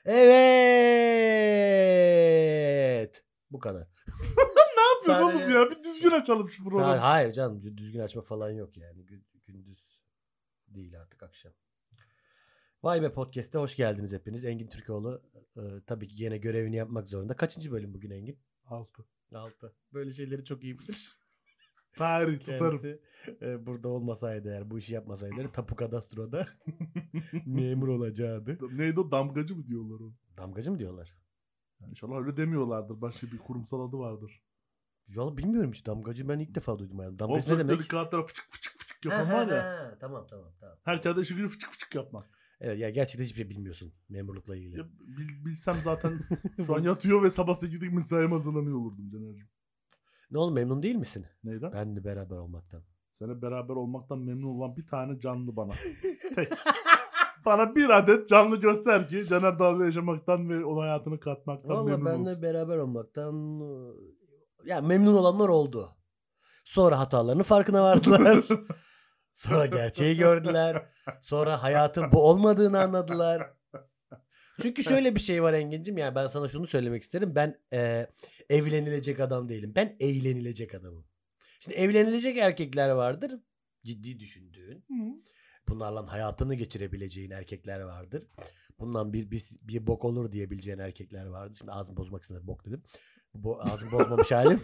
Evet. Bu kadar. Ne yapıyorsun Sadece- oğlum ya? Bir düzgün açalım şu programı. Hayır canım, düzgün açma falan yok yani. Gündüz değil, artık akşam. Vay be Podcast'te hoş geldiniz hepiniz. Engin Türkoğlu tabii ki yine görevini yapmak zorunda. Kaçıncı bölüm bugün Engin? 6. 6. Böyle şeyleri çok iyi bilir. Tarih tutarım. Kendisi burada olmasaydı eğer, bu işi yapmasaydı Tapu Kadastro'da memur olacaktı. Neydi o? Damgacı mı diyorlar o? Damgacı mı diyorlar? Yani İnşallah öyle demiyorlardır. Başka bir kurumsal adı vardır. Ya bilmiyorum hiç, damgacı ben ilk defa duydum yani. O Damgacı ne demek? fırtları kağıtlara fıçık fıçık fıçık yapan var ya. Tamam. Her kağıda işi gücü fıçık fıçık yapmak. Evet ya, gerçekten hiçbir şey bilmiyorsun memurlukla ilgili. Ya, bilsem zaten şu an yatıyor ve sabah 8'de mesaiye hazırlanıyor olurdum Caner'cim. Ne oğlum, memnun değil misin? Neyden? Benle beraber olmaktan. Seninle beraber olmaktan memnun olan bir tane canlı bana. Tek. Bana bir adet canlı göster ki Caner Dağlı yaşamaktan ve onun hayatını katmaktan Valla memnun benle olsun. beraber olmaktan ya memnun olanlar oldu. Sonra hatalarının farkına vardılar. Sonra gerçeği gördüler. Sonra hayatın bu olmadığını anladılar. Çünkü şöyle bir şey var Engin'cim, yani ben sana şunu söylemek isterim. Ben evlenilecek adam değilim. Ben eğlenilecek adamım. Şimdi evlenilecek erkekler vardır. Ciddi düşündüğün. Bunlarla hayatını geçirebileceğin erkekler vardır. Bundan bir bok olur diyebileceğin erkekler vardır. Şimdi ağzımı bozmak istedim. Bok dedim. Ağzımı bozmamış halim.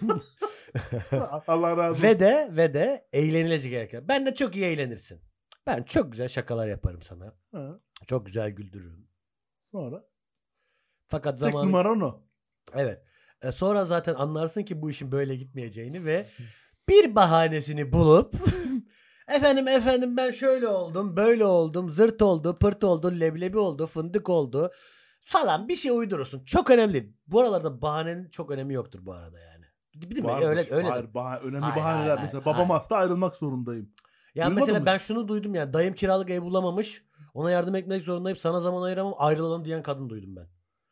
Allah razı olsun. Ve de eğlenilecek erkekler. Ben de çok iyi eğlenirsin. Ben çok güzel şakalar yaparım sana. Ha. Çok güzel güldürürüm. Sonra? Fakat Tek zamanı... numaran o. Evet. Sonra zaten anlarsın ki bu işin böyle gitmeyeceğini ve bir bahanesini bulup efendim ben şöyle oldum, böyle oldum, zırt oldu, pırt oldu, leblebi oldu, fındık oldu falan bir şey uydurursun. Çok önemli. Bu aralarda bahanenin çok önemi yoktur bu arada yani. Değil mi? Vardır. Öyle. Hayır, önemli Hayır, bahaneler. hayır, Mesela hayır. babam hasta, ayrılmak zorundayım. Ya Duymadın mesela mı ben hiç? şunu duydum ya. Dayım kiralık ev bulamamış. Ona yardım etmek zorundayım. Sana zaman ayıramam. Ayrılalım diyen kadın duydum ben.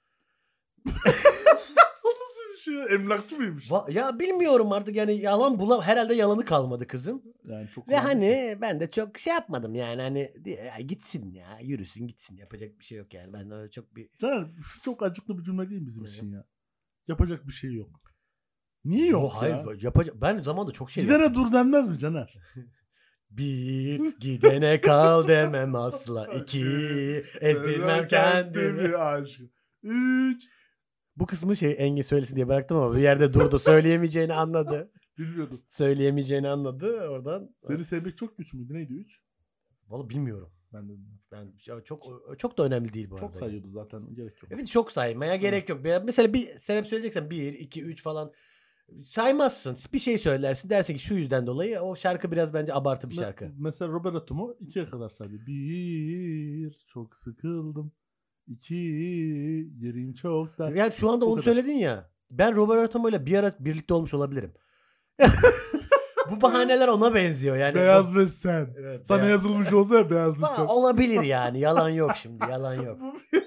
O nasıl bir şey? Emlakçı mıymış? Ya bilmiyorum artık yani, herhalde yalanı kalmadı kızın. Yani çok Ve hani ben de çok şey yapmadım yani, hani ya gitsin ya, yürüsün gitsin, yapacak bir şey yok yani. Ben öyle çok bir... Caner, şu çok acıklı bir cümle değil bizim için ya. Yapacak bir şey yok. Niye yok ya? Hayır yapacak. Ben zamanında çok şey Gidene yaptım. dur denmez mi Caner? Bir gidene kal demem asla. 2 ezdirmem kendimi. Aşkım. 3. Bu kısmı Engin söylesin diye bıraktım ama bir yerde durdu. Söyleyemeyeceğini anladı. Bilmiyordum. Söyleyemeyeceğini anladı oradan. Seni sevmek çok güç müydü? Neydi 3? Vallahi bilmiyorum. Ben de bilmiyorum. Ben çok da önemli değil bu arada. Çok sayıyordu zaten. Gerek yok. Evet, çok saymaya gerek yok. Mesela bir sebep söyleyeceksen 1, 2, 3 falan saymazsın. Bir şey söylersin, dersin ki şu yüzden dolayı. O şarkı biraz bence abartı bir şarkı. Mesela Robert Atomo 2'ye kadar saydı. 1. Çok sıkıldım. 2. Yerim çok dar. Yani şu anda O onu kadar. söyledin ya. Ben Robert Atomo ile bir ara birlikte olmuş olabilirim. Bu bahaneler ona benziyor yani. Beyaz ve sen. Evet, Sana beyaz. yazılmış olsa ya beyaz ve sen. Olabilir yani. Yalan yok şimdi. Yalan yok.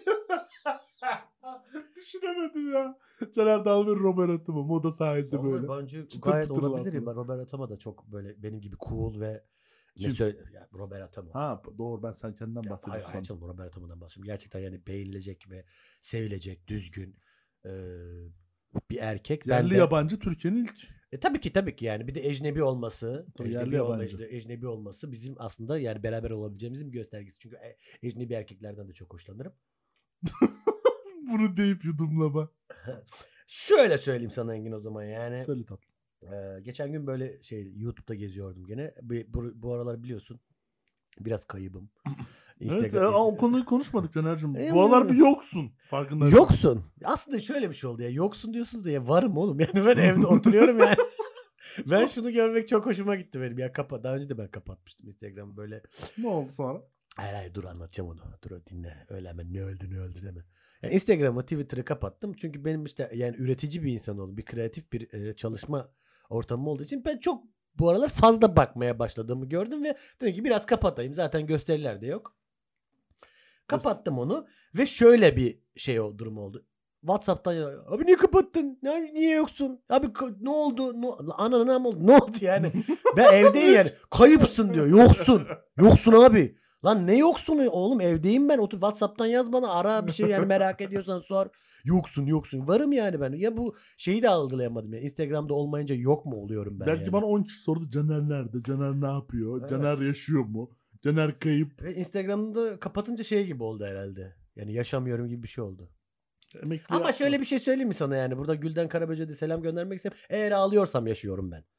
Düşünemedim ya. Caner Dal ve Robert Atomo moda sahilde böyle. Bence Çıtır gayet pıtır olabilir. altında. Robert Atomo da çok böyle benim gibi cool ve Kim? yani Robert Atomo. Ha doğru, ben sen kendinden bahsediyorsun. Hayır canım, Robert Atomo'dan bahsediyorum. Gerçekten yani beğenilecek ve sevilecek, düzgün bir erkek. Yerli yabancı Türkiye'nin ilk. Tabii ki yani bir de ecnebi olması, Tabii, yerli yabancı. ecnebi olması bizim aslında yani beraber olabileceğimizin bir göstergesi. Çünkü ecnebi erkeklerden de çok hoşlanırım. Bunu deyip yudumlama. Şöyle söyleyeyim sana Engin o zaman yani. Söyle tatlım. Geçen gün böyle YouTube'da geziyordum gene. Bu aralar biliyorsun biraz kaybım. Evet, o konuyu konuşmadık Caner'cim. Evet. Bu aralar bir yoksun. Farkındayım. Yoksun. Aslında şöyle bir şey oldu ya. Yoksun diyorsunuz da ya varım oğlum. Yani ben evde oturuyorum yani. Ben şunu görmek çok hoşuma gitti benim. Ya daha önce de ben kapatmıştım Instagram'ı böyle. Ne oldu sonra? Hayır dur anlatacağım onu. Dur dinle. Öyle hemen ne öldü deme. Yani Instagram'ı, Twitter'ı kapattım. Çünkü benim işte yani üretici bir insan oldum. Bir kreatif bir çalışma ortamı olduğu için ben çok bu aralar fazla bakmaya başladığımı gördüm ve dedim ki biraz kapatayım. Zaten gösteriler de yok. Kapattım onu ve şöyle bir durum oldu. WhatsApp'tan ya, abi niye kapattın? Niye yoksun? Abi ne oldu? Anana mı oldu? Ne oldu yani? Ben evdeyim yani. Kayıpsın diyor. Yoksun. Yoksun abi. Lan ne yoksunu oğlum, evdeyim ben. Otur WhatsApp'tan yaz bana, ara bir şey yani, merak ediyorsan sor. Yoksun. Varım yani ben. Ya bu şeyi de algılayamadım ya. Instagram'da olmayınca yok mu oluyorum ben Belki yani. bana 10 kişi sordu Caner nerede? Caner ne yapıyor? Evet. Caner yaşıyor mu? Caner kayıp. Ve Instagram'da kapatınca şey gibi oldu herhalde. Yani yaşamıyorum gibi bir şey oldu. Emekli Ama yapma. şöyle bir şey söyleyeyim mi sana yani. Burada Gülden Karaböcek'e de selam göndermek istedim. Eğer ağlıyorsam yaşıyorum ben.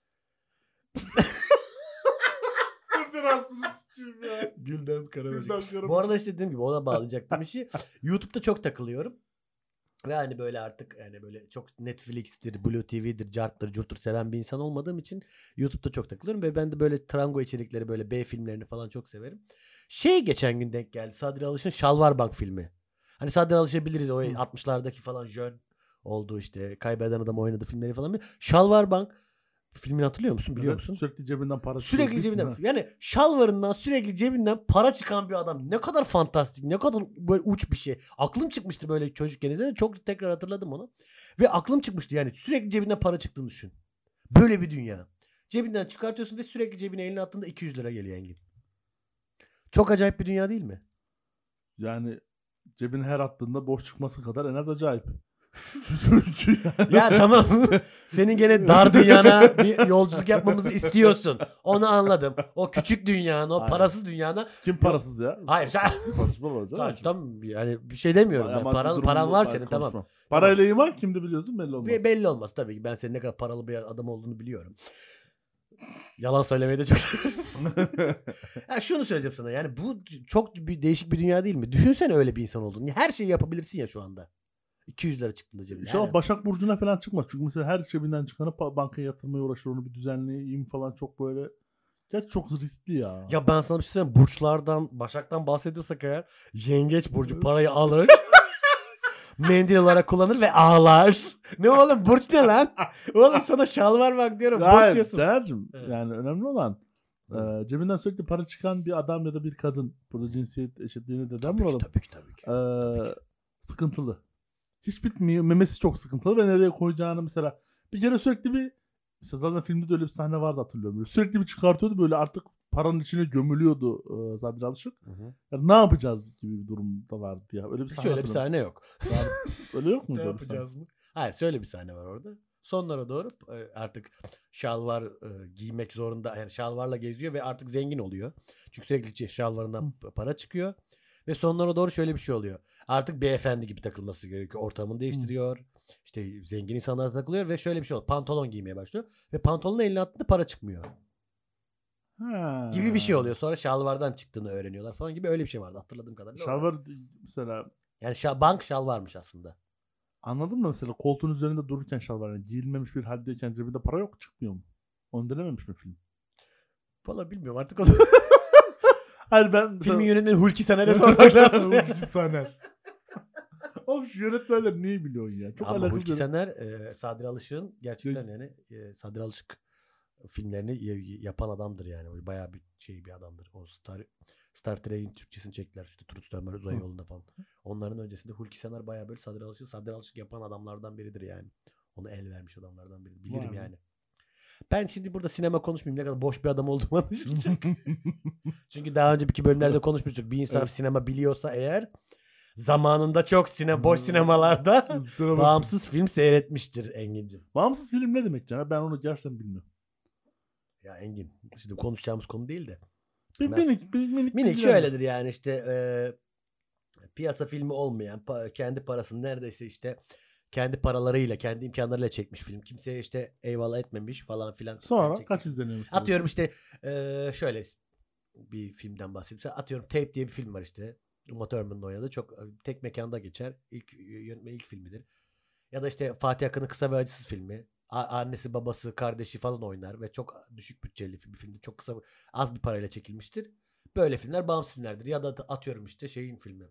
Referansını sikeyim ya. Gülden Karaböcek. Gülden Karaböcek. Bu arada işte dediğim gibi ona bağlayacaktım işi. YouTube'da çok takılıyorum. Ve hani böyle artık yani böyle çok Netflix'tir, Blue TV'dir, Cart'tır, Curt'tur seven bir insan olmadığım için YouTube'da çok takılıyorum. Ve ben de böyle trango içerikleri, böyle B filmlerini falan çok severim. Geçen gün denk geldi. Sadri Alış'ın Şalvarbank filmi. Hani Sadri Alış'ı biliriz, o 60'lardaki falan jön olduğu, işte kaybeden adam oynadığı filmleri falan. Şalvarbank filmini hatırlıyor musun? Biliyor musun? Sürekli cebinden para Sürekli cebinden. Yani şalvarından sürekli cebinden para çıkan bir adam. Ne kadar fantastik, ne kadar böyle uç bir şey. Aklım çıkmıştı böyle çocukken izlerken. Çok tekrar hatırladım onu. Ve aklım çıkmıştı yani, sürekli cebinden para çıktığını düşün. Böyle bir dünya. Cebinden çıkartıyorsun ve sürekli cebine elini attığında 200 lira geliyor Engin. Çok acayip bir dünya değil mi? Yani cebine her attığında boş çıkması kadar en az acayip. Ya tamam. Senin gene dar dünyana bir yolculuk yapmamızı istiyorsun. Onu anladım. O küçük dünyanın, o Aynen. parasız dünyana. Kim parasız ya? Hayır. Saçma olacak. Tamam yani bir şey demiyorum. Ben. Paran var senin, tamam. Parayla iman kimde biliyorsun belli olmaz. Belli olmaz tabii ki. Ben senin ne kadar paralı bir adam olduğunu biliyorum. Yalan söylemeyi de çok seviyorum. Yani şunu söyleyeceğim sana. Yani bu çok değişik bir dünya değil mi? Düşünsene öyle bir insan olduğunu. Her şeyi yapabilirsin ya şu anda. 200 lira çıktığında cebine. İnşallah Başak Burcu'na falan çıkmaz. Çünkü mesela her cebinden çıkanı bankaya yatırmaya uğraşır. Onu bir düzenleyeyim falan, çok böyle. Gerçi çok riskli ya. Ya ben sana bir şey söyleyeyim. Burçlardan, Başak'tan bahsediyorsak eğer, Yengeç burcu parayı alır. Mendil olarak kullanır ve ağlar. Ne oğlum, burç ne lan? Oğlum sana şalvar bak diyorum. Burç diyorsun. Caner'cim, Evet. yani önemli olan cebinden sürekli para çıkan bir adam ya da bir kadın. Burada cinsiyet eşitliğini de demiyorum. Tabii ki. Sıkıntılı. Hiç bitmiyor. Memesi çok sıkıntılı ve nereye koyacağını mesela. Bir kere sürekli mesela zaten filmde de öyle bir sahne vardı, hatırlıyorum. Böyle sürekli bir çıkartıyordu, böyle artık paranın içine gömülüyordu Sadri Alışık. Yani ne yapacağız gibi bir durumda vardı ya. Öyle bir sahne. Şöyle bir sahne yok. Öyle yok mu? Ne yapacağız mı? Hayır, şöyle bir sahne var orada. Sonlara doğru artık şalvar giymek zorunda. Yani şalvarla geziyor ve artık zengin oluyor. Çünkü sürekli şalvarından para çıkıyor. Ve sonlara doğru şöyle bir şey oluyor. Artık beyefendi gibi takılması gerekiyor. Ortamını değiştiriyor. İşte zengin insanlara takılıyor ve şöyle bir şey oluyor. Pantolon giymeye başlıyor. Ve pantolonun eline attığında para çıkmıyor. Gibi bir şey oluyor. Sonra şalvardan çıktığını öğreniyorlar falan gibi, öyle bir şey vardı hatırladığım kadarıyla. Şalvar mesela. Yani bank şalvarmış aslında. Anladın mı mesela, koltuğun üzerinde dururken şalvar, yani giyilmemiş bir haldeyken cebinde para yok, çıkmıyor mu? Onu denememiş mi film? Valla bilmiyorum artık onu. Hayır, ben Filmin yönetmeni Hulki Saner'e sormak lazım. Hulki Saner. Oğlum şu yönetmenler niye biliyorsun ya? Çok ama alakasız. Hulki Saner Sadri Alışık'ın gerçekten yani Sadri Alışık filmlerini yapan adamdır yani. Bayağı bir adamdır. O Star Trek'in Türkçesini çektiler. İşte Turut Dönmer Uzay Yolu'nda falan. Onların öncesinde Hulki Saner bayağı böyle Sadri Alışık yapan adamlardan biridir yani. Ona el vermiş adamlardan biridir. Bilirim yani. Ben şimdi burada sinema konuşmayayım. Ne kadar boş bir adam olduğumu anlaşılacak. Çünkü daha önce bir bölümlerde konuşmuştuk. Bir insan sinema biliyorsa eğer, zamanında çok boş sinemalarda bağımsız film seyretmiştir Engin'cim. Bağımsız film ne demek canım? Ben onu gerçekten bilmiyorum. Ya Engin, şimdi konuşacağımız konu değil de. Minik şöyledir yani, işte piyasa filmi olmayan, kendi parasını neredeyse işte kendi paralarıyla, kendi imkanlarıyla çekmiş film. Kimseye işte eyvallah etmemiş falan filan. Sonra kaç izleniyor mesela? Atıyorum işte şöyle bir filmden bahsedeyim. Atıyorum Tape diye bir film var işte. Uma Thurman'ın oynadığı, çok tek mekanda geçer. İlk filmidir. Ya da işte Fatih Akın'ın Kısa ve Acısız filmi. Annesi, babası, kardeşi falan oynar ve çok düşük bütçeli bir filmdir. Çok az bir parayla çekilmiştir. Böyle filmler bağımsız filmlerdir. Ya da atıyorum işte şeyin filmi.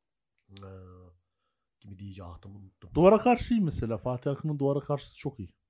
Kimi diyeceğim, unuttum. Duvara Karşı'yı mesela. Fatih Akın'ın Duvara Karşısı çok iyi.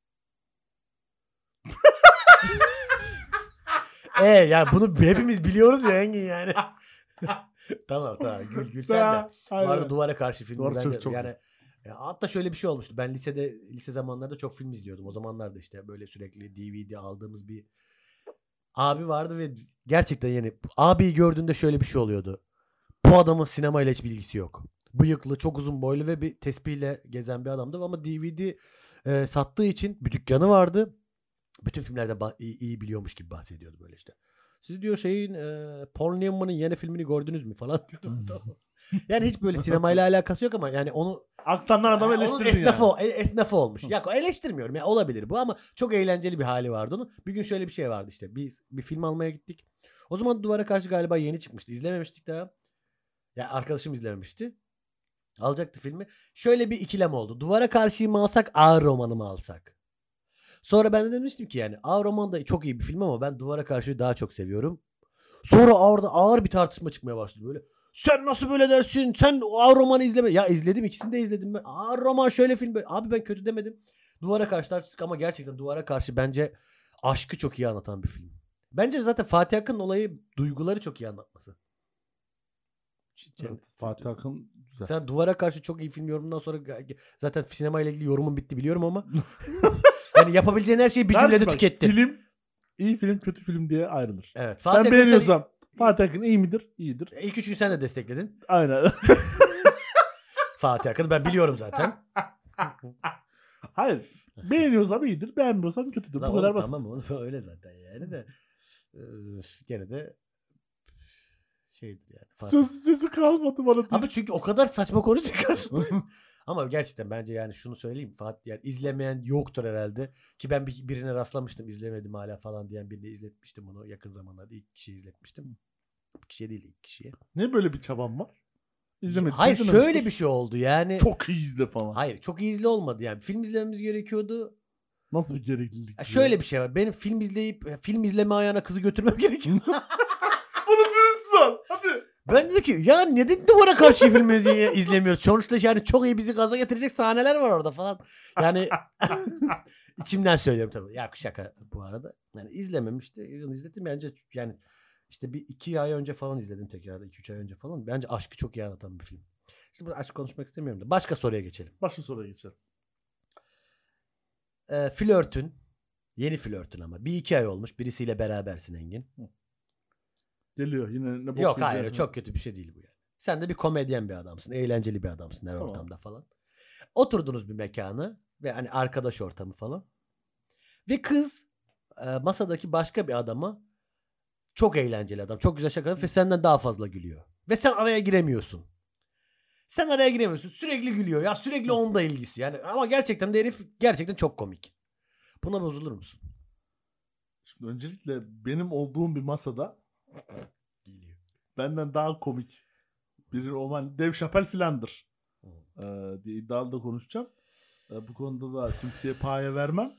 Ya bunu hepimiz biliyoruz ya Engin yani. Tamam gül sen de. Bu arada Duvara Karşı filmi ben de çok yani. Hatta şöyle bir şey olmuştu. Ben lise zamanlarda çok film izliyordum. O zamanlarda işte böyle sürekli DVD aldığımız bir abi vardı ve gerçekten yani abiyi gördüğünde şöyle bir şey oluyordu. Bu adamın sinemayla hiç bilgisi yok. Bıyıklı, çok uzun boylu ve bir tespihle gezen bir adamdı ama DVD sattığı için bir dükkanı vardı. Bütün filmlerde iyi biliyormuş gibi bahsediyordu böyle işte. Siz diyor Paul Newman'ın yeni filmini gördünüz mü falan diyordu. Yani hiç böyle sinemayla alakası yok ama yani onu aksanlar adamı onun eleştirdin yani. esnafı olmuş. Ya eleştirmiyorum ya, olabilir bu ama çok eğlenceli bir hali vardı onun. Bir gün şöyle bir şey vardı işte. Biz bir film almaya gittik. O zaman Duvara Karşı galiba yeni çıkmıştı. İzlememiştik daha. Ya arkadaşım izlememişti. Alacaktı filmi. Şöyle bir ikilem oldu. Duvara Karşı'yı mı alsak, Ağır Roman'ı mı alsak? Sonra ben de demiştim ki yani Ağır Roman da çok iyi bir film ama ben Duvara Karşı'yı daha çok seviyorum. Sonra ağır bir tartışma çıkmaya başladı böyle. Sen nasıl böyle dersin? Sen Ağır Roman'ı izleme. Ya izledim, ikisini de izledim ben. Ağır Roman şöyle film böyle. Abi ben kötü demedim. Duvara Karşı tartıştık ama gerçekten Duvara Karşı bence aşkı çok iyi anlatan bir film. Bence zaten Fatih Akın'ın olayı duyguları çok iyi anlatması. Evet, Fatih Akın güzel. Sen Duvara Karşı çok iyi film yorumundan sonra zaten sinema ile ilgili yorumun bitti biliyorum ama yani yapabileceğin her şeyi bir cümlede tükettin. Film, iyi film, kötü film diye ayrılır. Evet. Ben beğeniyorsam Fatih Akın iyi midir? İyidir. İlk 3 gün sen de destekledin. Aynen. Fatih Akın'ı ben biliyorum zaten. Hayır. Beğeniyorsam iyidir, beğenmiyorsam kötüdür. Bu kadar basit. Tamam öyle zaten yani de gene de şeydir yani. Sözü kalmadı bana. Ama çünkü o kadar saçma konuştuk karşımda. Ama gerçekten bence yani şunu söyleyeyim Fatih, yani izlemeyen yoktur herhalde ki ben birine rastlamıştım, izlemedim hala falan diyen birine izletmiştim onu yakın zamanlarda, ilk kişiye izletmiştim. Bir kişiye değil, ilk kişiye. Ne böyle bir çaban var? İzlemedim. Hayır şöyle bir şey oldu yani. Çok iyi izle falan. Hayır çok iyi izle olmadı yani, film izlememiz gerekiyordu. Nasıl bir gereklilik? Şöyle bir şey var, benim film izleme ayağına kızı götürmem gerekiyor. Bunu dürüst ol. Hadi. Ben dedim ki ya neden Duvara Karşı filmi izlemiyoruz? Sonuçta yani çok iyi bizi gaza getirecek sahneler var orada falan. Yani içimden söylüyorum tabii. Ya şaka bu arada. Yani izlememişti. İzledim bence yani işte bir 2 ay önce falan izledim tekrarda. 2-3 ay önce falan. Bence aşkı çok iyi anlatan bir film. Şimdi burada aşk konuşmak istemiyorum da. Başka soruya geçelim. Başka soruya geçelim. Yeni flörtün ama. 1-2 ay olmuş. Birisiyle berabersin Engin. Geliyor yine ne bok. Yok hayır çok kötü bir şey değil bu yani. Sen de bir komedyen bir adamsın. Eğlenceli bir adamsın her ortamda falan. Oturdunuz bir mekana ve hani arkadaş ortamı falan. Ve kız masadaki başka bir adama, çok eğlenceli adam, çok güzel şaka ve senden daha fazla gülüyor. Ve sen araya giremiyorsun. Sürekli gülüyor. Ya sürekli onda ilgisi. Yani ama gerçekten de herif gerçekten çok komik. Buna bozulur musun? Şimdi öncelikle benim olduğum bir masada benden daha komik biri olman Dave Chappelle filandır diye iddialı da konuşacağım. Bu konuda da kimseye paye vermem.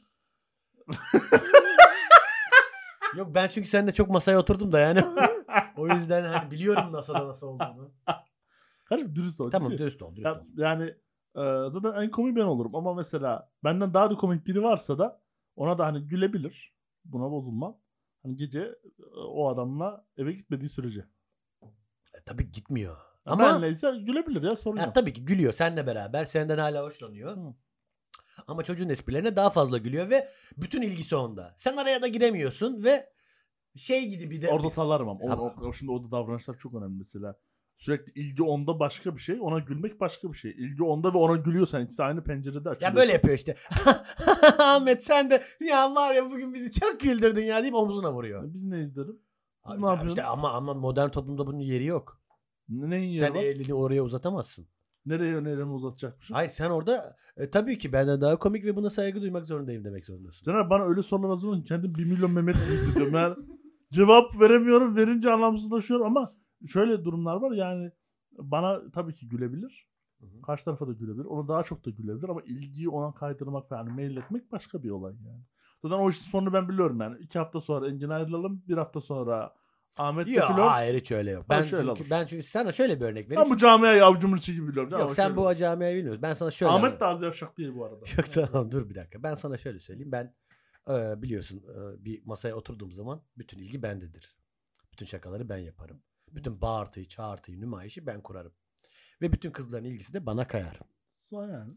Yok ben çünkü seninle çok masaya oturdum da yani. O yüzden hani biliyorum masada nasıl olduğunu. Kardeşim dürüst ol. Tamam dürüst ol. Yani zaten en komik ben olurum ama mesela benden daha da komik biri varsa da ona da hani gülebilir. Buna bozulmam. Hani gece o adamla eve gitmediği sürece. Tabii gitmiyor. Ama benleyse gülebilir ya, sorun yok. Tabii ki gülüyor seninle beraber. Senden hala hoşlanıyor. Ama çocuğun esprilerine daha fazla gülüyor ve bütün ilgisi onda. Sen araya da giremiyorsun ve şey gibi bir de... Orada sallarım ama. Şimdi orada davranışlar çok önemli mesela. Sürekli ilgi onda başka bir şey. Ona gülmek başka bir şey. İlgi onda ve ona gülüyorsan ikisi aynı pencerede açılıyor. Ya böyle yapıyor işte. Ahmet sen de ya var ya bugün bizi çok güldürdün ya deyip omzuna vuruyor. Biz ne izlerim? Biz ne yapıyoruz? İşte ama modern toplumda bunun yeri yok. Neyin yeri sen var? Elini oraya uzatamazsın. Nereye önerimi uzatacakmışım? Hayır sen orada tabii ki benden daha komik ve buna saygı duymak zorundayım demek zorundasın. Caner bana öyle sorular hazırlayın. Kendim 1 milyon Mehmet gibi hissediyorum. Yani cevap veremiyorum. Verince anlamsızlaşıyorum ama şöyle durumlar var. Yani bana tabii ki gülebilir. Karşı tarafa da gülebilir. Ona daha çok da gülebilir ama ilgiyi ona kaydırmak falan mail etmek başka bir olay yani. Zaten o işin sonunu ben biliyorum yani. 2 hafta sonra Engin ayrılalım. 1 hafta sonra Ahmet'le flört. Yok hayır hiç öyle yok. Ben çünkü sana şöyle bir örnek vereyim. Ben bu camiayı avucumun içi gibi biliyorum. Yok sen bu camiayı bilmiyorsun. Ben sana şöyle... Ahmet de az yavşak değil bu arada. Yok tamam dur bir dakika. Ben sana şöyle söyleyeyim. Ben biliyorsun bir masaya oturduğum zaman bütün ilgi bendedir. Bütün şakaları ben yaparım. Bütün bağırtıyı, çağırtıyı, nümayişi ben kurarım. Ve bütün kızların ilgisi de bana kayar. Yani.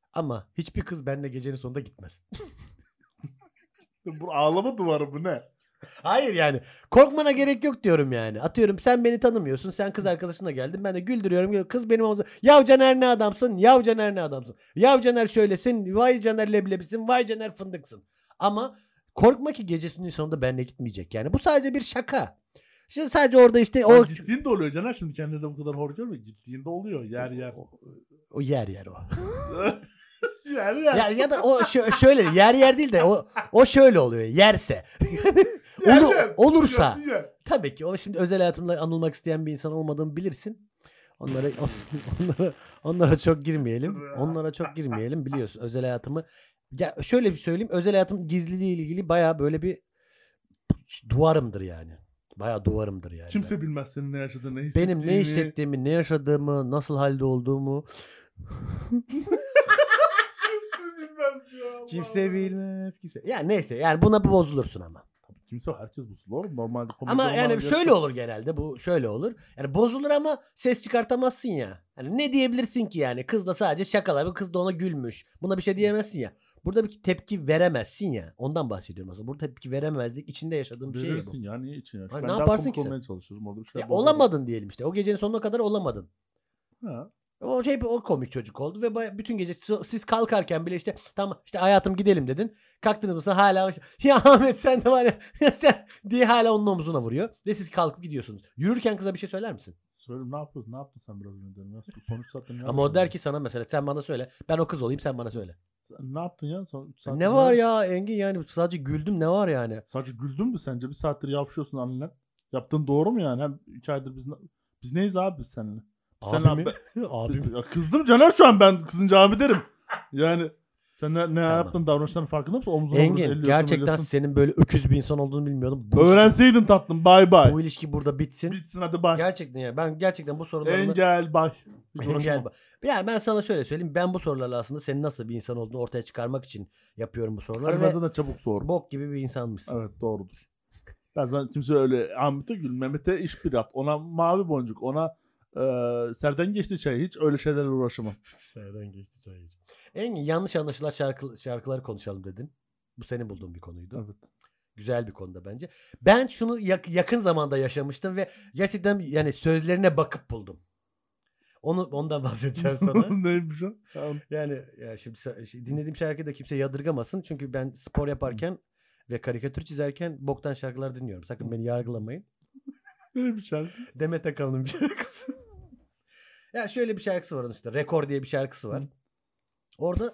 Ama hiçbir kız benimle gecenin sonunda gitmez. Bu ağlama duvarı bu ne? Hayır yani. Korkmana gerek yok diyorum yani. Atıyorum sen beni tanımıyorsun. Sen kız arkadaşınla geldin. Ben de güldürüyorum. Kız benim omuzuma. Yav Caner ne adamsın? Yav Caner ne adamsın? Yav Caner şöylesin. Vay Caner leblebisin. Vay Caner fındıksın. Ama korkma ki gecesinin sonunda benimle gitmeyecek. Yani bu sadece bir şaka. Şimdi sadece orada işte o... Gittiğinde oluyor Caner, şimdi kendine de bu kadar hor görme. Gittiğinde oluyor yer yer. O yer yer o. yer yer. Ya da o şöyle yer yer değil de o şöyle oluyor. Yerse. Olursa. Tabii ki o şimdi özel hayatımda anılmak isteyen bir insan olmadığımı bilirsin. Onlara çok girmeyelim. Onlara çok girmeyelim, biliyorsun özel hayatımı. Ya şöyle bir söyleyeyim, özel hayatım gizliliği ile ilgili bayağı böyle bir duvarımdır yani. Bayağı duvarımdır yani. Kimse bilmez senin ne yaşadığını, ne hissettiğini. Benim ne hissettiğimi, ne yaşadığımı, nasıl halde olduğumu. Kimse bilmez. Kimse. Yani neyse, yani buna bozulursun ama. Kimse, herkes bozulur oğlum. Normalde ama yani şöyle olur genelde, bu şöyle olur. Yani bozulur ama ses çıkartamazsın ya. Hani ne diyebilirsin ki yani? Kız da sadece şakalar. Kız da ona gülmüş. Buna bir şey diyemezsin ya. Burada bir tepki veremezsin ya. Ondan bahsediyorum aslında. Burada tepki veremezlik içinde yaşadığım bir şey bu. Verirsin ya, niye için yaşıyorsun? Ne yaparsın ki sen? Çalışırım orada bir şey. Olamadın diyelim işte. O gecenin sonuna kadar olamadın. Ha. O komik çocuk oldu ve bütün gece siz kalkarken bile işte tamam işte hayatım gidelim dedin. Kalktınız mısın hala ya Ahmet sen de var ya sen diye hala onun omzuna vuruyor. Ve siz kalkıp gidiyorsunuz. Yürürken kıza bir şey söyler misin? Söyle, ne yapıyorsun? Ne yaptın sen biraz önce dedim ya. Sonuç zaten. Ama o der ki sana mesela, sen bana söyle. Ben o kız olayım, sen bana söyle. Sen ne yaptın ya? Ne var ya Engin, yani sadece güldüm, ne var yani? Sadece güldün mü sence? Bir saattir yavşıyorsun annenle. Yaptığın doğru mu yani? Hem 2 aydır biz neyiz abi biz seninle? Abi mi? Abi mi? Ya kızdım Caner, şu an ben kızınca abi derim. Yani sen ne yaptın, davranışların farkında mısın? Omzuna Engin gerçekten senin böyle öküz bir insan olduğunu bilmiyordum. Öğrenseydin tatlım, bay bay. Bu ilişki burada bitsin. Bitsin hadi bay. Gerçekten ya, ben gerçekten bu sorularla... Engel bay. Engel bay. Yani ben sana şöyle söyleyeyim, ben bu sorularla aslında senin nasıl bir insan olduğunu ortaya çıkarmak için yapıyorum bu soruları. Hadi da çabuk sor. Bok gibi bir insanmışsın. Evet, doğrudur. Ben zaten kimse öyle Ahmet'e gül, Mehmet'e iş bir at, ona mavi boncuk, ona serden geçti çay, hiç öyle şeylerle uğraşamam. Serden geçti çay hiç. Engin, yanlış anlaşılan şarkıları konuşalım dedin. Bu senin bulduğun bir konuydu. Evet. Güzel bir konuda bence. Ben şunu yakın zamanda yaşamıştım ve gerçekten yani sözlerine bakıp buldum. Ondan bahsedeceğim sana. Neymiş o? Yani ya şimdi dinlediğim şarkıyı da kimse yadırgamasın. Çünkü ben spor yaparken ve karikatür çizerken boktan şarkılar dinliyorum. Sakın beni yargılamayın. Neymiş şarkı? Demet Akalın'ın bir şarkısı. Ya şöyle bir şarkısı var onun işte. Rekor diye bir şarkısı var. Orada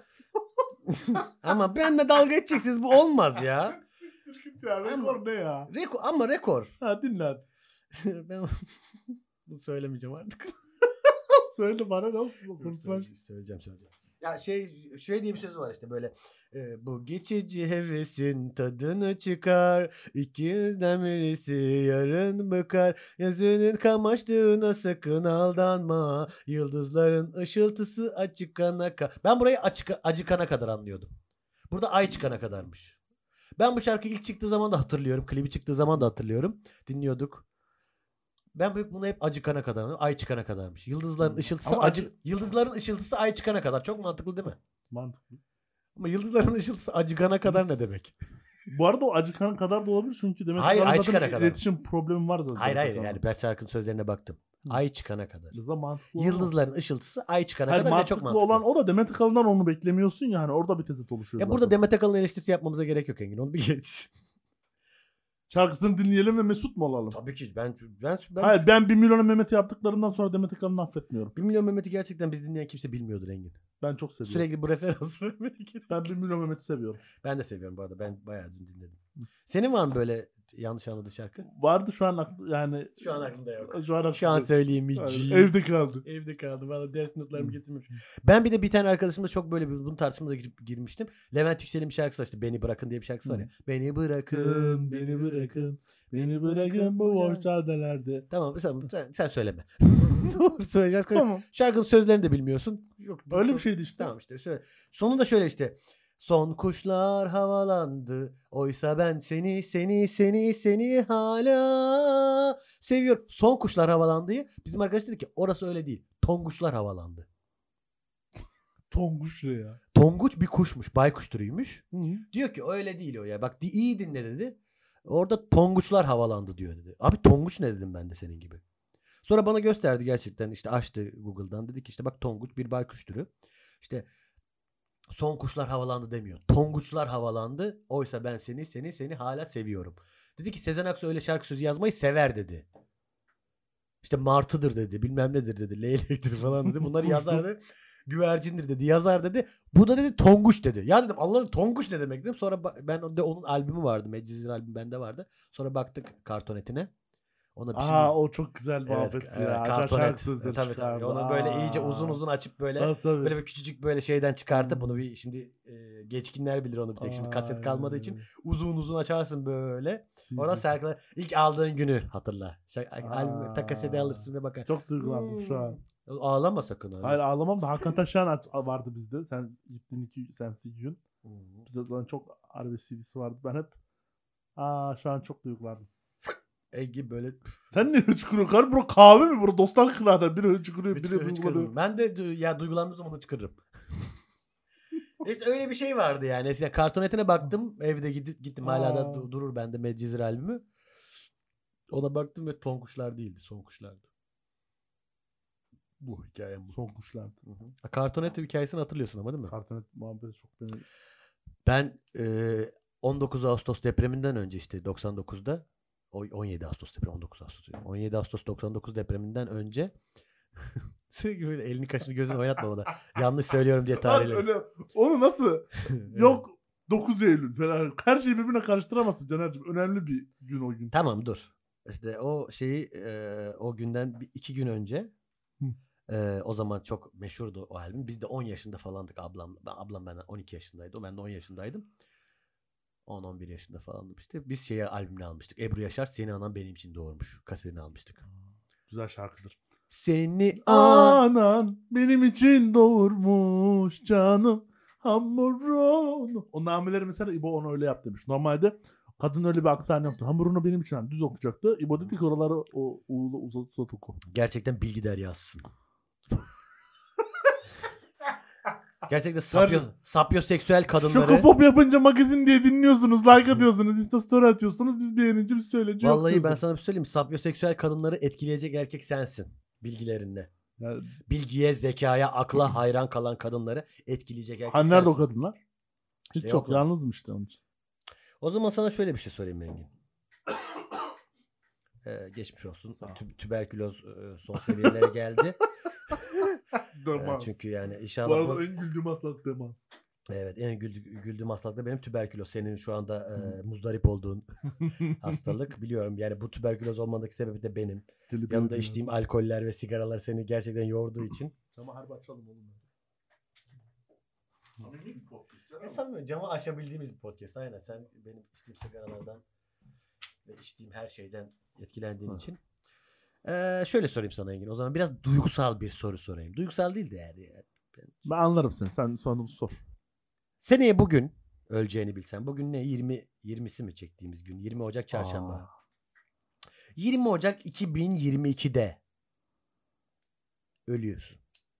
ama benimle dalga edeceksiniz, bu olmaz ya. Siktir git ya. Rekor ne ya? Ama rekor. Ha, dinle hadi. Ben bunu söylemeyeceğim artık. Söyle bana, ne olsun? Söyleyeceğim. Ya şey diye bir söz var işte böyle. Bu geçici hevesin tadını çıkar. İkimizden birisi yarın bıkar. Gözünün kamaştığına sakın aldanma. Yıldızların ışıltısı acıkana kadar. Ben burayı acıkana kadar anlıyordum. Burada ay çıkana kadarmış. Ben bu şarkı ilk çıktığı zaman da hatırlıyorum. Klibi çıktığı zaman da hatırlıyorum. Dinliyorduk. Ben bunu hep acıkana kadar, ay çıkana kadarmış. Yıldızların ışıltısı yıldızların ışıltısı ay çıkana kadar. Çok mantıklı değil mi? Mantıklı. Ama yıldızların ışıltısı acıkana kadar ne demek? Bu arada o acıkana kadar da olabilir çünkü demek ki ay çıkana kadar iletişim problemi var zaten. Hayır yani ben şarkının sözlerine baktım. Ay çıkana kadar. Mantıklı. Yıldızların ışıltısı ay çıkana kadar ve çok mantıklı. olan o da Demet Akalın'dan onu beklemiyorsun yani, orada bir tezat oluşuyor ya zaten. Burada Demet Akalın eleştirisi yapmamıza gerek yok Engin. Onu bir geç. Şarkısını dinleyelim ve mesut mu olalım? Tabii ki. Hayır, ben 1 milyona Mehmet'i yaptıklarından sonra Demet Akalın'ı affetmiyorum. 1 milyon Mehmet'i gerçekten biz dinleyen kimse bilmiyordur Engin. Ben çok seviyorum. Sürekli bu referans vermek. Ben 1 milyon Mehmet'i seviyorum. Ben de seviyorum bu arada. Ben bayağı dün dinledim. Senin var mı böyle yanlış anladığın şarkı? Vardı şu an yani. Şu an aklımda yok. Şu an söyleyeyim mi? Evde kaldı. Evde kaldı. Valla ders notlarımı getirmemişim. Ben bir tane arkadaşımla çok böyle bunu tartışmada girmiştim. Levent Yüksel'in bir şarkısı var işte. Beni Bırakın diye bir şarkısı var ya. Beni bırakın, beni bırakın. Beni bırakın bu boş caddelerde. Tamam sen söyleme. Söyleyeceğiz. Tamam. Şarkının sözlerini de bilmiyorsun. Yok. Öyle bir şeydi işte. Tamam işte söyle. Sonunda şöyle işte. Son kuşlar havalandı. Oysa ben seni hala seviyorum. Son kuşlar havalandı. Bizim arkadaş dedi ki orası öyle değil. Tonguşlar havalandı. Tonguç ne ya? Tonguç bir kuşmuş. Baykuş türüymüş. Hı. Diyor ki öyle değil o ya. Bak iyi dinle dedi. Orada tonguçlar havalandı diyor dedi. Abi tonguç ne dedim ben de senin gibi. Sonra bana gösterdi gerçekten, işte açtı Google'dan, dedi ki işte bak tonguç bir baykuş türü. İşte son kuşlar havalandı demiyor. Tonguçlar havalandı. Oysa ben seni hala seviyorum. Dedi ki Sezen Aksu öyle şarkı sözü yazmayı sever dedi. İşte martıdır dedi. Bilmem nedir dedi. Leylektir falan dedi. Bunları yazar dedi. Güvercindir dedi. Yazar dedi. Bu da dedi tonguç dedi. Ya dedim Allah'ım tonguç ne demek dedim. Sonra ben de onun albümü vardı. Medcezir albümü bende vardı. Sonra baktık kartonetine. Ona bir şey. O çok güzel muhabbet ya. Kartonet. Sözleri Tabii. çıkardı. Onu böyle iyice uzun açıp böyle Tabii. böyle bir küçücük böyle şeyden çıkartıp bunu bir şimdi geçkinler bilir onu bir tek. Şimdi kaset kalmadığı için uzun açarsın böyle. Oradan Serkan'a ilk aldığın günü hatırla. Albümü kaseti alırsın ve bakar. Çok duygulandım şu an. Ağlama sakın abi. Hayır ağlamam da Hakan Taşyan vardı bizde. Sen gittin sensiz 2 gün. Bizde zaten çok Arbe CD'si vardı. Ben hep şu an çok duygulandım. Ege böyle. Sen ne hıçkırıyorsun? Bura kahve mi? Bura dostlar kılardan. Biri hıçkırıyor, biri duygulanıyor. Ben de ya duygulandığım zaman hıçkırırım. İşte öyle bir şey vardı yani. Eskiden kartonetine baktım. Evde gittim. Hala da durur bende Medcezir albümü. Ona baktım ve tonkuşlar değildi. Son kuşlardı. Bu hikayem bu. Son kuşlardı. Kartonet hikayesini hatırlıyorsun ama değil mi? Kartonet muhabbeti çok beni... Ben 19 Ağustos depreminden önce işte 99'da 17 Ağustos depremi 19 Ağustos. 17 Ağustos 99 depreminden önce sürekli böyle elini kaşını gözünü oynatma bana. Yanlış söylüyorum diye tarihleri. Onu nasıl? Yok 9 Eylül falan. Her şeyi birbirine karıştıramazsın Caner'cim. Önemli bir gün o gün. Tamam dur. İşte o şeyi o günden 2 gün önce o zaman çok meşhurdu o albüm. Biz de 10 yaşında falandık ablam. Ablam benden 12 yaşındaydı. Ben de 10 yaşındaydım. 10-11 yaşında falandım işte. Biz albümünü almıştık. Ebru Yaşar Seni Anan Benim için Doğurmuş. Kasetini almıştık. Güzel şarkıdır. Seni anan benim için doğurmuş canım hamurunu. O nameleri mesela İbo onu öyle yap demiş. Normalde kadın öyle bir aksan yoktu. Hamurunu benim için düz okuyacaktı. İbo dedi ki oraları o uzat oku. Gerçekten bilgi deryasısın. Gerçekten sapyoseksüel kadınları. Şokopop yapınca magazin diye dinliyorsunuz, like atıyorsunuz, Insta story atıyorsunuz. Biz beğenince bir söyleyince yok. Vallahi ben sana bir söyleyeyim. Sapyoseksüel kadınları etkileyecek erkek sensin. Bilgilerinle. Yani... Bilgiye, zekaya, akla hayran kalan kadınları etkileyecek erkek sensin. Nerede o kadınlar? Hiç işte çok yalnızmış işte onun için. O zaman sana şöyle bir şey sorayım Engin. Geçmiş olsun. Tüberküloz son seviyelere geldi. Çünkü yani inşallah. Bu arada en güldüğüm hastalık demans. Evet, en güldüğüm hastalık da benim tüberküloz. Senin şu anda muzdarip olduğun hastalık. Biliyorum yani bu tüberküloz olmandaki sebebi de benim. Yanında içtiğim alkoller ve sigaralar seni gerçekten yorduğu için. Ama harbi açalım oğlum. Samimi bir podcast. Sanmıyorum. Camı aşabildiğimiz bir podcast. Aynen. Sen benim içtiğim sigaralardan ve içtiğim her şeyden etkilendiğin için. Şöyle sorayım sana Engin. O zaman biraz duygusal bir soru sorayım. Duygusal değil de yani. Ben anlarım seni. Sen sonra sor. Seneye bugün öleceğini bilsen. Bugün ne? 20'si mi çektiğimiz gün? 20 Ocak Çarşamba. 20 Ocak 2022'de ölüyorsun.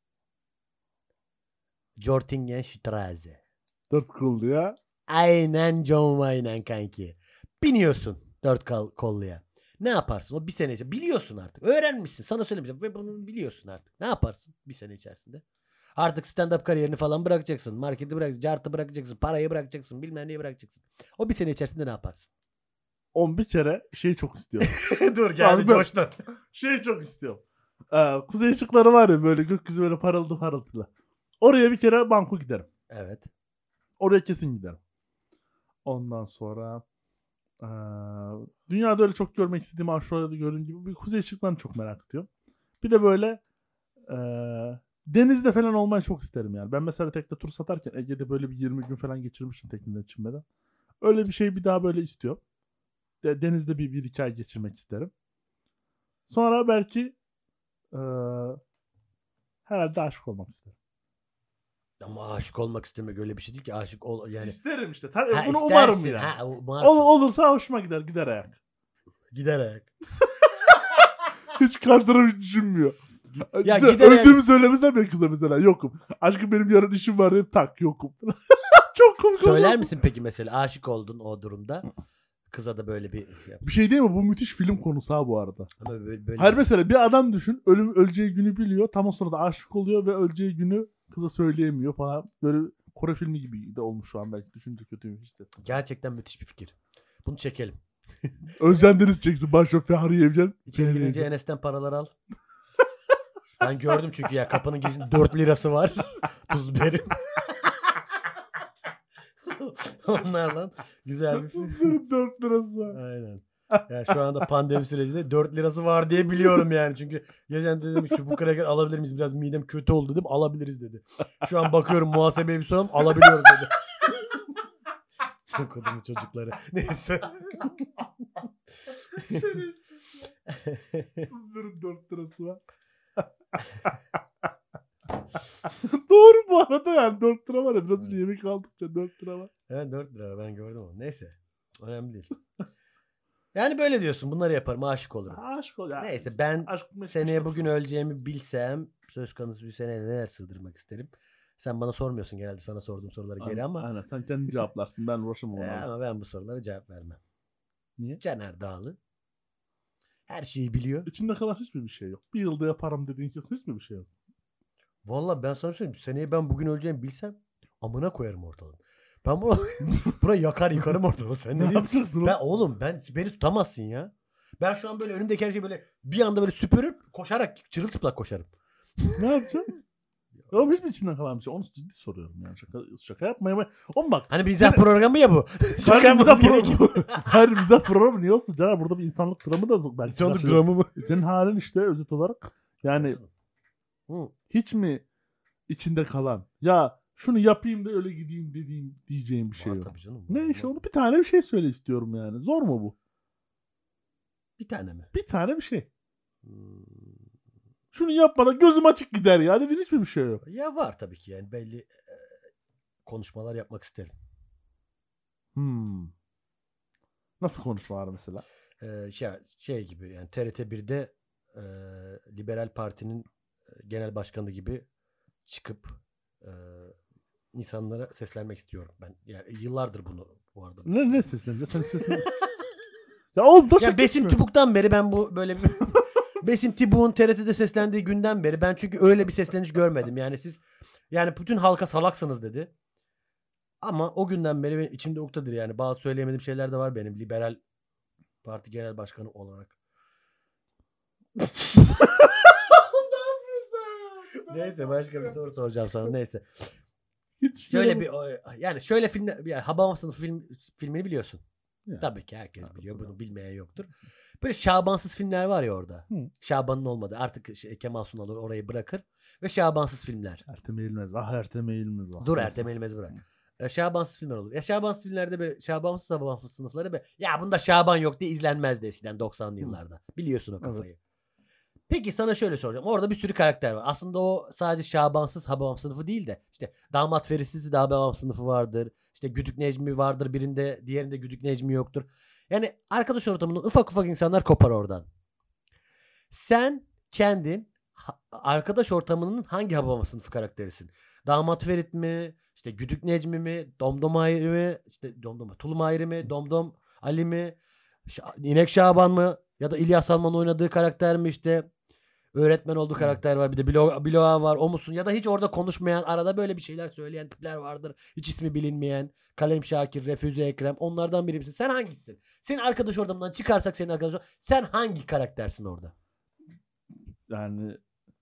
Jortingenstraße. 4 kollu ya. Aynen John Wayne'en kanki. Biniyorsun 4 kolluya. Ne yaparsın? O bir sene içerisinde. Biliyorsun artık. Öğrenmişsin. Sana söylemeyeceğim. Ve bunu biliyorsun artık. Ne yaparsın bir sene içerisinde? Artık stand-up kariyerini falan bırakacaksın. Marketi bırakacaksın. Cartı bırakacaksın. Parayı bırakacaksın. Bilmem neyi bırakacaksın. O bir sene içerisinde ne yaparsın? 11 kere şeyi çok istiyorum. Dur geldi coştun. Şeyi çok istiyorum. Kuzey ışıkları var ya böyle gökyüzü böyle parıldı parıltılı. Oraya bir kere banko giderim. Evet. Oraya kesin giderim. Ondan sonra dünyada öyle çok görmek istediğim aşağıda gördüğüm gibi bir kuzey ışıklarını çok merak ediyorum. Bir de böyle denizde falan olmayı çok isterim yani. Ben mesela tekne tur satarken Ege'de böyle bir 20 gün falan geçirmişim tekneden çinmeden. Öyle bir şey bir daha böyle istiyorum. Denizde bir iki ay geçirmek isterim. Sonra belki herhalde aşık olmak isterim. Ama aşık olmak istemek öyle bir şey değil ki. Aşık ol yani. İsterim işte. Bunu umarım yani. Olursa hoşuma gider. Gider ayak. Gider ayak. Hiç karşı tarafı düşünmüyor. Ya öldüğümü söylemezler ben kıza mesela. Yokum. Aşkım benim yarın işim var diye tak yokum. Çok komik. Söyler misin peki mesela aşık oldun o durumda? Kıza da böyle bir... Bir şey değil mi? Bu müthiş film konusu ha bu arada. Ama böyle Hayır mesela bir adam düşün. Öleceği günü biliyor. Tam o sırada aşık oluyor ve öleceği günü kıza söyleyemiyor falan. Böyle Kore filmi gibi de olmuş şu an belki. Düşünce kötü hissettim. Gerçekten müthiş bir fikir. Bunu çekelim. Özcan Deniz çeksin. Başrol Fahri Evcen. İçeri girince Enes'ten paralar al. Ben gördüm çünkü ya kapının girişinde 4 lirası var. Tuz biberi. Onlardan güzel bir film. Tuzların 4 lirası var. Aynen. Yani şu anda pandemi sürecinde 4 lirası var diye biliyorum yani. Çünkü geçen de dedim ki bu kraker alabilir miyiz? Biraz midem kötü oldu dedim. Alabiliriz dedi. Şu an bakıyorum muhasebeye bir soralım. Alabiliyoruz dedi. Kodumu çocukları. Neyse. Tuzların 4 lirası var. Doğru bu arada yani 4 lira var ya. Biraz önce yemek aldıkça 4 lira var. Evet 4 lira ben gördüm onu. Neyse. Önemli değil. Yani böyle diyorsun. Bunları yaparım. Aşık olurum. Aşk ol ya. Neyse ben Aşk seneye bugün öleceğimi bilsem söz konusu bir seneye neler sığdırmak isterim. Sen bana sormuyorsun genelde sana sorduğum soruları geri ama. Aynen sen kendin cevaplarsın ben uğraşamam ona. Ama ben bu sorulara cevap vermem. Niye? Caner Dağlı. Her şeyi biliyor. İçinde kalan hiçbir şey yok. Bir yılda yaparım dediğin kesin hiçbir şey yok. Vallahi ben sana söyleyeyim. Seneye ben bugün öleceğimi bilsem amına koyarım ortalığı. Ben burayı yakar yıkarım ortalığı. Sen Ne yapacaksın oğlum? Beni tutamazsın ya. Ben şu an böyle önümdeki her şeyi böyle bir anda böyle süpürüp koşarak çırılçıplak koşarım. Ne yapacaksın? Oğlum hiçbir içinden kalan bir şey. Onu ciddi soruyorum yani. Şaka yapmaya. Oğlum bak. Hani mizah programı ya bu. Şaka yapmamız gerekiyor. Hayır mizah programı niye olsun canım? Burada bir insanlık dramı da belki. İnsanlık dramı mı? Senin halin işte özet olarak. Yani hiç mi içinde kalan ya şunu yapayım da öyle gideyim diyeceğim bir şey Var yok. tabii canım. Ne işte onu bir tane bir şey söyle istiyorum yani. Zor mu bu? Bir tane mi? Bir tane bir şey. Şunu yapmadan gözüm açık gider ya dediğin hiçbir şey yok. Ya var tabii ki yani belli konuşmalar yapmak isterim. Nasıl konuşmalar mesela? Şey gibi yani TRT 1'de Liberal Parti'nin genel başkanı gibi çıkıp insanlara seslenmek istiyorum ben. Yani yıllardır bunu bu arada. Ne sesleneceğiz? Sen seslen. Ya oğlum da ya Besim Tübük'ten beri ben bu böyle bir Besim Tübük'ün TRT'de seslendiği günden beri ben çünkü öyle bir sesleniş görmedim. Yani siz yani bütün halka salaksınız dedi. Ama o günden beri benim içimde ukdedir yani. Bazı söyleyemediğim şeyler de var benim Liberal Parti Genel Başkanı olarak. Ne yapıyorsun ya? Neyse başka bir soru soracağım sana. Neyse. Hiç Şöyle bir yani şöyle film yani Hababam Sınıfı filmini biliyorsun. Yani. Tabii ki herkes biliyor. Bunu bilmeyen yoktur. Böyle Şabansız filmler var ya orada. Şaban'ın olmadığı artık Kemal Sunal orayı bırakır ve Şabansız filmler. Ertem Eğilmez. Ertem Eğilmez. Dur Ertem Eğilmez'i bırak. Şabansız filmler olur. Ya Şabansız filmlerde böyle Şabansız Hababam sınıfları böyle ya bunda Şaban yok diye izlenmezdi eskiden 90'lı yıllarda. Biliyorsun o kafayı. Evet. Peki sana şöyle soracağım. Orada bir sürü karakter var. Aslında o sadece Şabansız Hababam sınıfı değil de işte Damat Ferit'siz de Hababam sınıfı vardır. İşte Güdük Necmi vardır birinde, diğerinde Güdük Necmi yoktur. Yani arkadaş ortamından ufak ufak insanlar kopar oradan. Sen kendin arkadaş ortamının hangi Hababam sınıfı karakterisin? Damat Ferit mi? İşte Güdük Necmi mi? Domdom Ayrı mi? İşte Tulum Ayrı mi? Domdom Ali mi? İnek Şaban mı? Ya da İlyas Salman'ın oynadığı karakter mi işte? Öğretmen olduğu karakter var. Bir de Bloğa var. O musun? Ya da hiç orada konuşmayan, arada böyle bir şeyler söyleyen tipler vardır. Hiç ismi bilinmeyen. Kalem Şakir, Refüze Ekrem. Onlardan biri misin? Sen hangisisin? Senin arkadaş ortamından çıkarsak senin arkadaş sen hangi karaktersin orada? Yani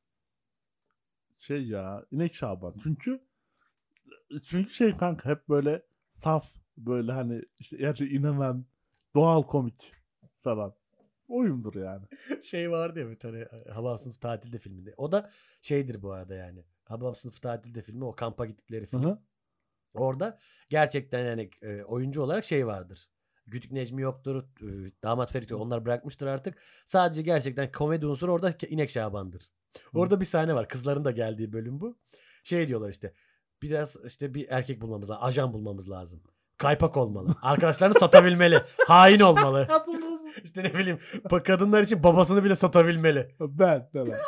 İnek Şaban. Çünkü kanka hep böyle saf böyle hani işte gerçi inanan doğal komik falan. Oyumdur yani. Şey vardı ya bir tane Hababam Sınıfı Tatilde filminde. O da şeydir bu arada yani. Hababam Sınıfı Tatilde filmi o kampa gittikleri film. Hı-hı. Orada gerçekten yani oyuncu olarak şey vardır. Güdük Necmi yoktur. Damat Ferit onlar bırakmıştır artık. Sadece gerçekten komedi unsuru orada İnek Şaban'dır. Orada bir sahne var. Kızların da geldiği bölüm bu. Şey diyorlar işte. Biraz işte bir erkek bulmamız lazım. Ajan bulmamız lazım. Kaypak olmalı. Arkadaşlarını satabilmeli. Hain olmalı. İşte ne bileyim kadınlar için babasını bile satabilmeli. Ben.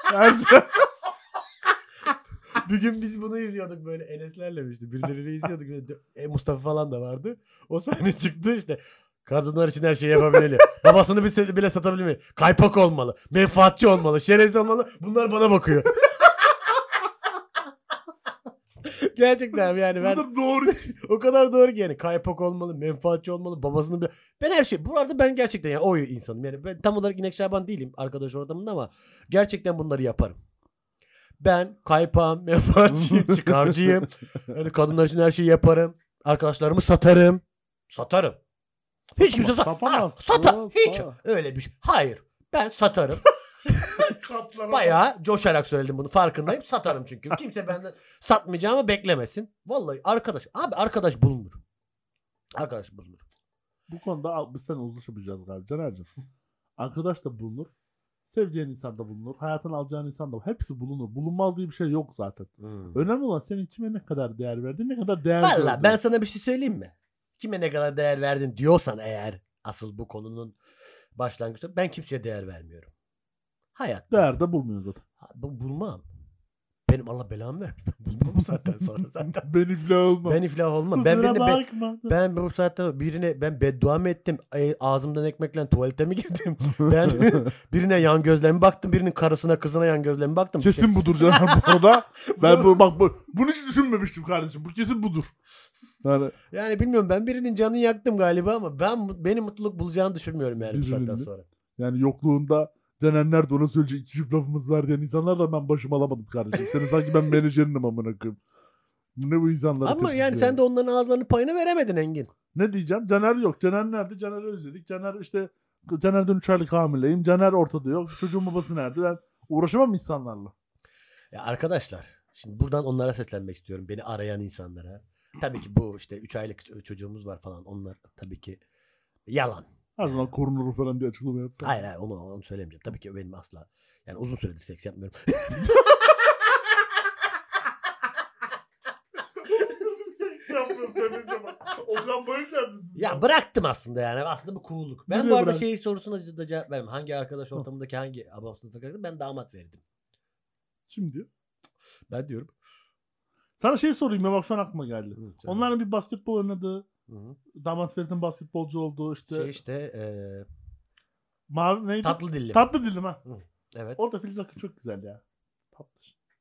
Bir gün biz bunu izliyorduk böyle Enes'lerle işte birileriyle izliyorduk. Mustafa falan da vardı. O sahne çıktı işte. Kadınlar için her şeyi yapabilmeli. Babasını bile satabilmeli. Kaypak olmalı. Menfaatçi olmalı. Şerefsiz olmalı. Bunlar bana bakıyor. Gerçekten yani ben... doğru. O kadar doğru ki yani. Kaypak olmalı. Menfaatçi olmalı. Babasını bile... Ben her şey... Bu arada ben gerçekten yani o insanım. Yani ben tam olarak İnek Şaban değilim arkadaş ortamında ama gerçekten bunları yaparım. Ben kaypağım, menfaatçiyim, çıkarcıyım. Yani kadınlar için her şeyi yaparım. Arkadaşlarımı satarım. Satarım. Hiç kimse satamaz. Hiç öyle bir şey. Hayır. Ben satarım. Bayağı coşarak söyledim bunu. Farkındayım. Satarım çünkü. Kimse benden satmayacağımı beklemesin. Vallahi arkadaş. Abi arkadaş bulunur. Arkadaş bulunur. Bu konuda biz seninle uzlaşamayacağız galiba Caner'cim. Arkadaş da bulunur. Seveceğin insan da bulunur. Hayatını alacağın insan da bulunur. Bulunur. Bulunmaz diye bir şey yok zaten. Önemli olan senin kime ne kadar değer verdin, ne kadar değer verdin. Valla ben sana bir şey söyleyeyim mi? Kime ne kadar değer verdin diyorsan eğer asıl bu konunun başlangıçta ben kimseye değer vermiyorum. Hayat. Değer de bulmuyor zaten. Bulmam. Benim Allah belamı ver. Bulmam zaten sonra zaten. Ben iflah olmam. Ben iflah olmam. Ben bu saatte birine ben beddua mı ettim? Ağzımdan ekmekle tuvalete mi girdim? Ben birine yan gözle baktım? Birinin karısına kızına yan gözle baktım? Kesin budur canım bu arada. Ben bak bunu hiç düşünmemiştim kardeşim. Bu kesin budur. Yani bilmiyorum ben birinin canını yaktım galiba ama beni mutluluk bulacağını düşünmüyorum yani bu saatten sonra. Yani yokluğunda Caner de ona söyleyecek 2 çift lafımız var diyen insanlar da ben başım alamadım kardeşim. Senin sanki ben menajerinim amına koyayım. Ne bu insanlar? Ama yani sen de onların ağızlarının payını veremedin Engin. Ne diyeceğim? Caner yok. Caner nerede? Caner'i özledik. Caner işte Caner'den 3 aylık hamileyim. Caner ortada yok. Çocuğun babası nerede? Ben uğraşamam insanlarla. Ya arkadaşlar şimdi buradan onlara seslenmek istiyorum. Beni arayan insanlara. Tabii ki bu işte 3 aylık çocuğumuz var falan. Onlar tabii ki yalan. Her zaman korunur falan diye açıklama yapsam. Hayır onu söylemeyeceğim. Tabii ki benim asla. Yani uzun süredir seks yapmıyorum. Okan Bayülgen misin? Ya bıraktım aslında yani. Aslında bu cool'luk. Ben bu arada sorusuna da cevap vermem. Hangi arkadaş ortamındaki hangi abam sınıfa karıştı? Ben damat verdim. Kim diyor? Ben diyorum. Sana sorayım ya bak şu an aklıma geldi. Onların bir basketbol oynadığı, damat Ferit'in basketbolcu olduğu mavi neydi? Tatlı dillim. Tatlı dillim ha. Evet. Orada Filiz Akın çok güzel ya. Tatlı.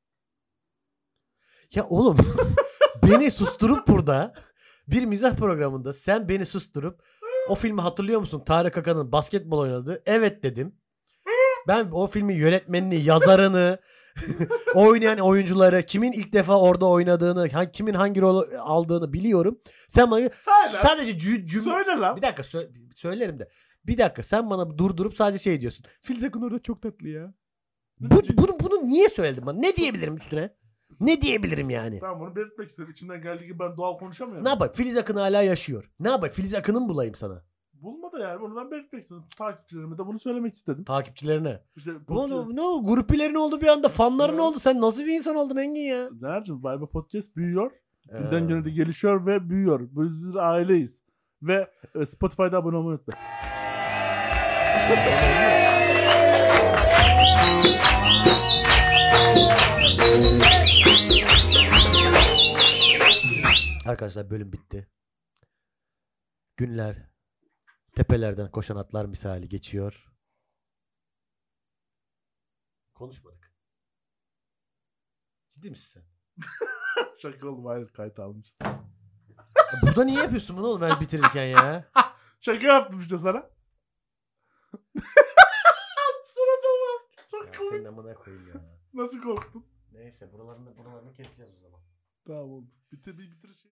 Ya oğlum beni susturup burada bir mizah programında sen beni susturup o filmi hatırlıyor musun? Tarık Akan'ın basketbol oynadığı. Evet dedim. Ben o filmin yönetmenini, yazarını, oynayan oyuncuları, kimin ilk defa orada oynadığını, kimin hangi rol aldığını biliyorum. Sen bana sadece cümle... Söyle lan. Bir dakika söylerim de. Bir dakika sen bana durdurup sadece diyorsun. Filiz Akın orada çok tatlı ya. Bunu niye söyledin bana? Ne diyebilirim üstüne? Ne diyebilirim yani? Ben bunu belirtmek istedim. İçimden geldiği gibi ben doğal konuşamıyorum. Ne yapayım? Filiz Akın hala yaşıyor. Ne yapayım? Filiz Akın'ı mı bulayım sana? Bulma da yani bunu ben belirtmek istedim. Takipçilerime de bunu söylemek istedim. Takipçilerine. İşte ne oldu? Grupilerin oldu bir anda. Fanların oldu. Sen nasıl bir insan oldun Engin ya? Caner'cim Vibe Podcast büyüyor. Günden güne de gelişiyor ve büyüyor. Biz bir aileyiz. Ve Spotify'da abone olmayı unutmayın. Arkadaşlar bölüm bitti. Günler tepelerden koşan atlar misali geçiyor. Konuşmadık. Ciddi misin sen? Şaka oğlum hayır kayıt almışız. Burada niye yapıyorsun bunu oğlum ben bitirirken ya? Şaka yaptım işte sana. Sırada var. Çok komik. Senin amına koyayım ya. Nasıl korktun? Neyse buralarını keseceğiz o zaman. Tamam oldu. Bitir şey.